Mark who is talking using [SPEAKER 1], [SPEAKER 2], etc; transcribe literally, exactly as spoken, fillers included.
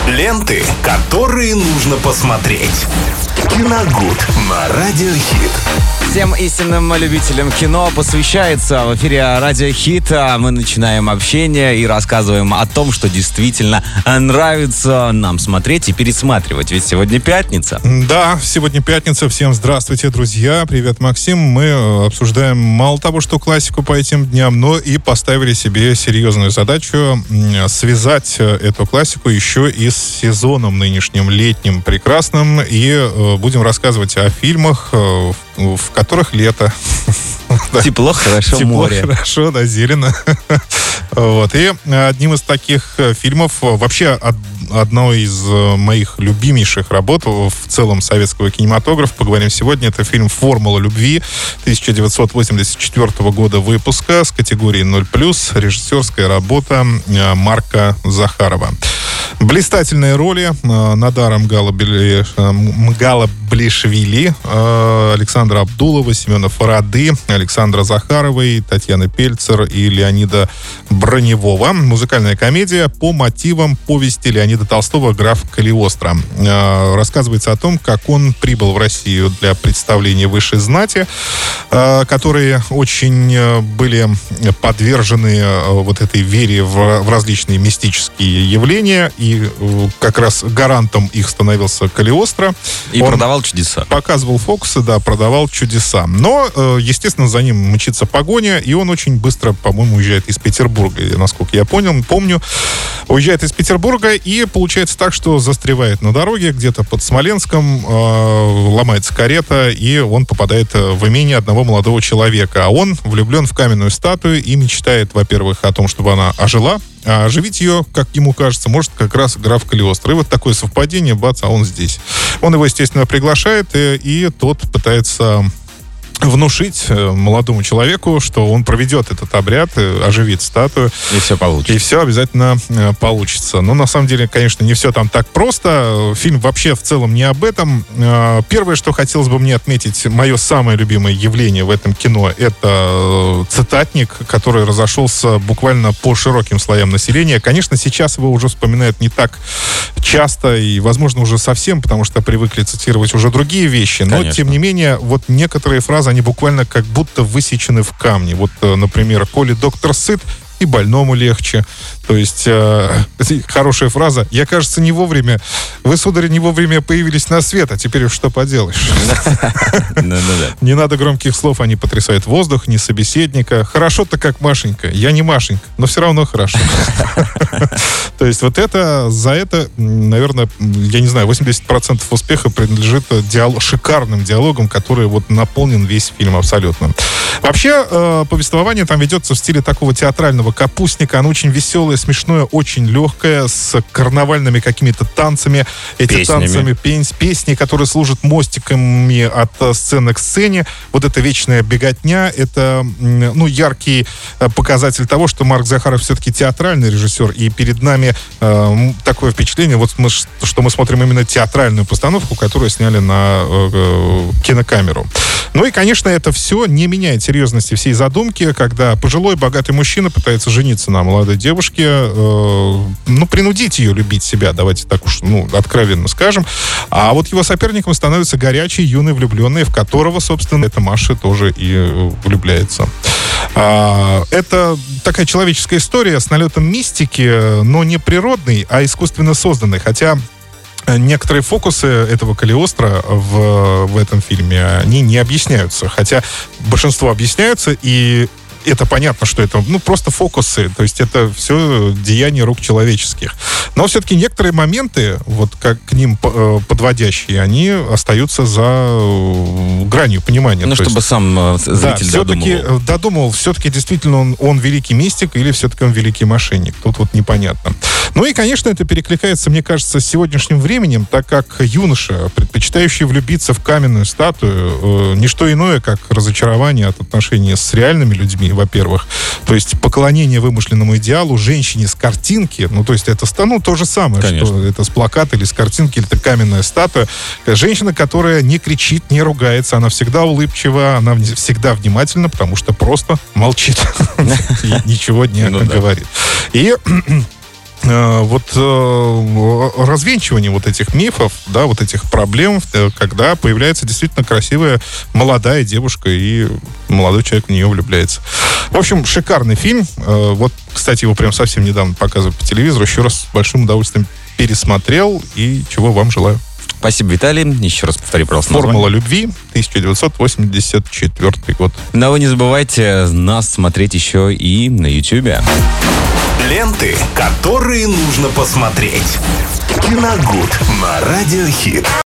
[SPEAKER 1] Ленты, которые нужно посмотреть. Киногуд на Радиохит.
[SPEAKER 2] Всем истинным любителям кино посвящается в эфире Радиохит. Мы начинаем общение и рассказываем о том, что действительно нравится нам смотреть и пересматривать. Ведь сегодня пятница.
[SPEAKER 3] Да, сегодня пятница. Всем здравствуйте, друзья. Привет, Максим. Мы обсуждаем мало того, что классику по этим дням, но и поставили себе серьезную задачу связать эту классику еще и с сезоном нынешним, летним, прекрасным. И будем рассказывать о фильмах, в которых лето.
[SPEAKER 2] Тепло, хорошо,
[SPEAKER 3] Тепло,
[SPEAKER 2] море.
[SPEAKER 3] хорошо, да, зелено. Вот. И одним из таких фильмов, вообще одной из моих любимейших работ в целом советского кинематографа, поговорим сегодня, это фильм «Формула любви» тысяча девятьсот восемьдесят четвёртого года выпуска с категорией ноль плюс, режиссерская работа Марка Захарова. Блистательные роли: Надар Мгалаблишвили, Александра Абдулова, Семена Фарады, Александра Захаровой, Татьяны Пельцер и Леонида Броневого. Музыкальная комедия по мотивам повести Леонида Толстого «Граф Калиостро». Рассказывается о том, как он прибыл в Россию для представления высшей знати, которые очень были подвержены вот этой вере в различные мистические явления. И как раз гарантом их становился Калиостро.
[SPEAKER 2] И
[SPEAKER 3] он
[SPEAKER 2] продавал чудеса.
[SPEAKER 3] Показывал фокусы, да, продавал чудеса. Но, естественно, за ним мчится погоня, и он очень быстро, по-моему, уезжает из Петербурга, насколько я понял, помню. Уезжает из Петербурга, и получается так, что застревает на дороге, где-то под Смоленском, э, ломается карета, и он попадает в имение одного молодого человека. А он влюблен в каменную статую и мечтает, во-первых, о том, чтобы она ожила, а оживить ее, как ему кажется, может как раз граф Калиостро. И вот такое совпадение, бац, а он здесь. Он его, естественно, приглашает, и, и тот пытается внушить молодому человеку, что он проведет этот обряд, оживит статую.
[SPEAKER 2] И все получится.
[SPEAKER 3] И все обязательно получится. Но на самом деле, конечно, не все там так просто. Фильм вообще в целом не об этом. Первое, что хотелось бы мне отметить, мое самое любимое явление в этом кино, это цитатник, который разошелся буквально по широким слоям населения. Конечно, сейчас его уже вспоминают не так часто и, возможно, уже совсем, потому что привыкли цитировать уже другие вещи. Но,
[SPEAKER 2] Конечно.
[SPEAKER 3] тем не менее, вот некоторые фразы, они буквально как будто высечены в камне. Вот, например, «Коли доктор сыт, и больному легче». То есть, э, хорошая фраза. «Я, кажется, не вовремя... Вы, сударь, не вовремя появились на свет, а теперь что поделаешь?» Не надо громких слов, они потрясают воздух, ни собеседника. «Хорошо-то как Машенька. Я не Машенька, но все равно хорошо». То есть, вот это, за это, наверное, я не знаю, восемьдесят процентов успеха принадлежит диалог, шикарным диалогам, который вот наполнен весь фильм абсолютно. Вообще, э, повествование там ведется в стиле такого театрального капустника. Оно очень веселое, смешное, очень легкое, с карнавальными какими-то танцами. Эти
[SPEAKER 2] Песнями.
[SPEAKER 3] танцами, пень- песни, которые служат мостиками от э, сцены к сцене. Вот эта вечная беготня, это, м, ну, яркий э, показатель того, что Марк Захаров все-таки театральный режиссер, и перед нами э, такое впечатление, вот мы, что мы смотрим именно театральную постановку, которую сняли на э, э, кинокамеру. Ну и, конечно, это все не меняет серьезности всей задумки, когда пожилой богатый мужчина пытается жениться на молодой девушке, э, ну, принудить ее любить себя, давайте так уж, ну, откровенно скажем. А вот его соперником становится горячий, юный влюбленный, в которого, собственно, эта Маша тоже и влюбляется. А, это такая человеческая история с налетом мистики, но не природной, а искусственно созданной. Хотя некоторые фокусы этого Калиостро в, в этом фильме, они не объясняются. Хотя большинство объясняются, и это понятно, что это, ну, просто фокусы, то есть это все деяния рук человеческих. Но все-таки некоторые моменты, вот как к ним э, подводящие, они остаются за э, гранью понимания.
[SPEAKER 2] Ну,
[SPEAKER 3] то
[SPEAKER 2] чтобы
[SPEAKER 3] есть,
[SPEAKER 2] сам зритель
[SPEAKER 3] да, все-таки
[SPEAKER 2] додумывал.
[SPEAKER 3] додумал, все-таки действительно он, он великий мистик или все-таки он великий мошенник. Тут вот непонятно. Ну и, конечно, это перекликается, мне кажется, с сегодняшним временем, так как юноша, предпочитающий влюбиться в каменную статую, э, не что иное, как разочарование от отношений с реальными людьми, во-первых. То есть поклонение вымышленному идеалу, женщине с картинки, ну, то есть это, ну, то же самое,
[SPEAKER 2] Конечно.
[SPEAKER 3] что это с плаката или с картинки, или это каменная статуя. Женщина, которая не кричит, не ругается, она всегда улыбчива, она всегда внимательна, потому что просто молчит и ничего не говорит. И э, вот э, развенчивание вот этих мифов, да, вот этих проблем, э, когда появляется действительно красивая молодая девушка, и молодой человек в нее влюбляется. В общем, шикарный фильм. Э, вот, кстати, его прям совсем недавно показывали по телевизору. Еще раз с большим удовольствием пересмотрел, и чего вам желаю.
[SPEAKER 2] Спасибо, Виталий. Еще раз повтори, пожалуйста,
[SPEAKER 3] «Формула любви», тысяча девятьсот восемьдесят четвёртый год.
[SPEAKER 2] Но вы не забывайте нас смотреть еще и на Ютьюбе.
[SPEAKER 1] Ленты, которые нужно посмотреть. Киногуд на Радио Хит.